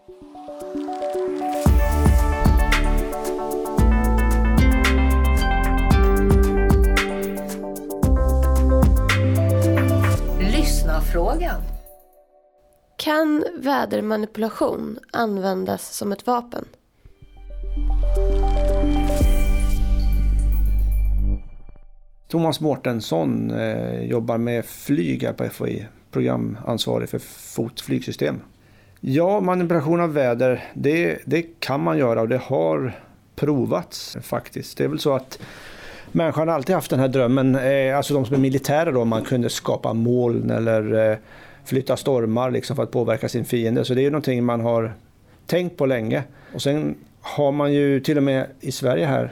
Lyssnarfrågan. Kan vädermanipulation användas som ett vapen? Thomas Mårtensson jobbar med flyg här på FOI, programansvarig för fotflygsystem. Ja, manipulation av väder, det kan man göra och det har provats faktiskt. Det är väl så att människan har alltid haft den här drömmen, alltså de som är militärer då, man kunde skapa moln eller flytta stormar liksom för att påverka sin fiende. Så det är ju någonting man har tänkt på länge. Och sen har man ju till och med i Sverige här,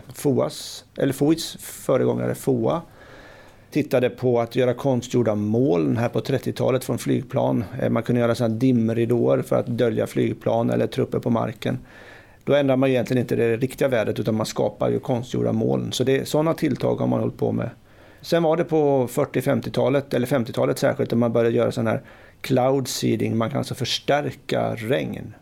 FOIs föregångare FOA, tittade på att göra konstgjorda moln här på 30-talet från flygplan. Man kunde göra sådana dimridåer för att dölja flygplan eller trupper på marken. Då ändrar man egentligen inte det riktiga vädret utan man skapar ju konstgjorda moln. Så sådana tilltag har man hållit på med. Sen var det på 40-50-talet, eller 50-talet särskilt, där man började göra sån här cloud seeding. Man kan alltså förstärka regn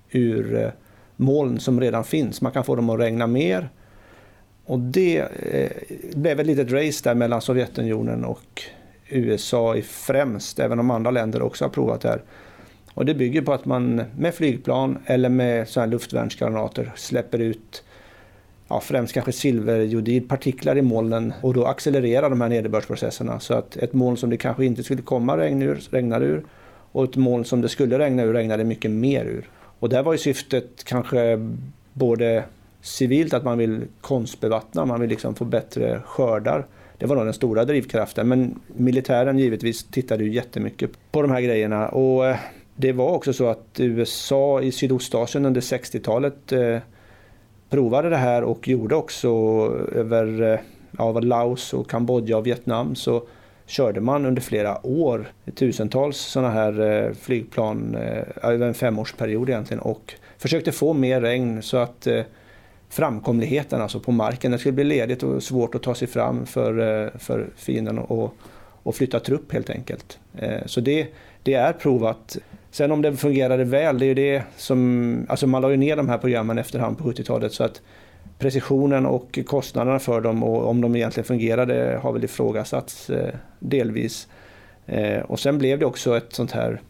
ur moln som redan finns. Man kan få dem att regna mer. Och det blev ett litet race där mellan Sovjetunionen och USA i främst, även om andra länder också har provat det här. Och det bygger på att man med flygplan eller med sådana här luftvärnsgranater släpper ut främst kanske silverjodidpartiklar i molnen och då accelererar de här nederbördsprocesserna så att ett moln som det kanske inte skulle komma regnar ur och ett moln som det skulle regna ur regnade mycket mer ur. Och där var ju syftet kanske både civilt att man vill konstbevattna, man vill liksom få bättre skördar. Det var nog den stora drivkraften, men militären givetvis tittade ju jättemycket på de här grejerna och det var också så att USA i Sydostasien under 60-talet provade det här och gjorde också över Laos och Kambodja och Vietnam så körde man under flera år tusentals sådana här flygplan över en 5-årsperiod egentligen och försökte få mer regn så att framkomligheten alltså på marken, det skulle bli ledigt och svårt att ta sig fram för fienden och flytta trupp helt enkelt. Så det är provat. Sen om det fungerade väl, det är ju det som, alltså man la ju ner de här programmen efterhand på 70-talet så att precisionen och kostnaderna för dem och om de egentligen fungerade har väl ifrågasatts delvis. Och sen blev det också ett sånt här,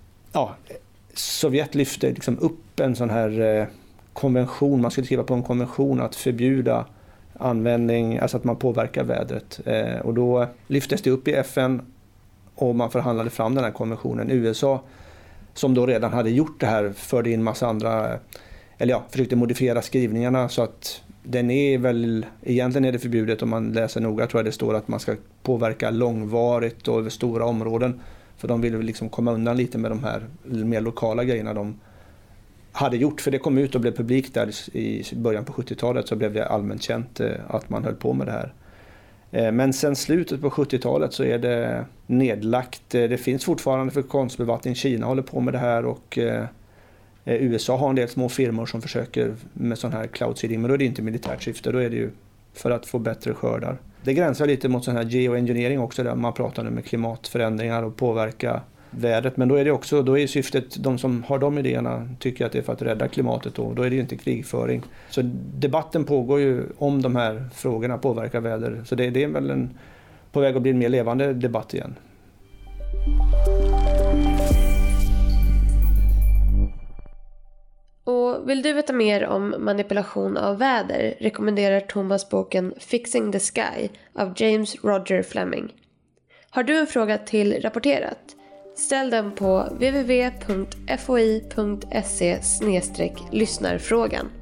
Sovjet lyfte liksom upp en sån här konvention, man skulle skriva på en konvention att förbjuda användning, alltså att man påverkar vädret. Och då lyftes det upp i FN och man förhandlade fram den här konventionen. USA som då redan hade gjort det här förde in massa andra, försökte modifiera skrivningarna så att den är väl, egentligen är det förbjudet om man läser noga, tror jag det står att man ska påverka långvarigt och över stora områden. För de ville liksom komma undan lite med de här mer lokala grejerna de hade gjort. För det kom ut och blev publikt där i början på 70-talet så blev det allmänt känt att man höll på med det här. Men sen slutet på 70-talet så är det nedlagt. Det finns fortfarande för konstbevattning. Kina håller på med det här och USA har en del små firmor som försöker med sån här cloud seeding. Men då är det inte militärt syfte, då är det ju för att få bättre skördar. Det gränsar lite mot sån här geoengineering också där man pratar nu med klimatförändringar och påverka vädret. Men då är syftet, de som har de idéerna tycker att det är för att rädda klimatet då är det ju inte krigföring. Så debatten pågår ju om de här frågorna påverkar väder. Så det är väl på väg att bli en mer levande debatt igen. Och vill du veta mer om manipulation av väder rekommenderar Thomas boken Fixing the Sky av James Roger Fleming. Har du en fråga till Rapporterat? Ställ den på www.foi.se/lyssnarfrågan.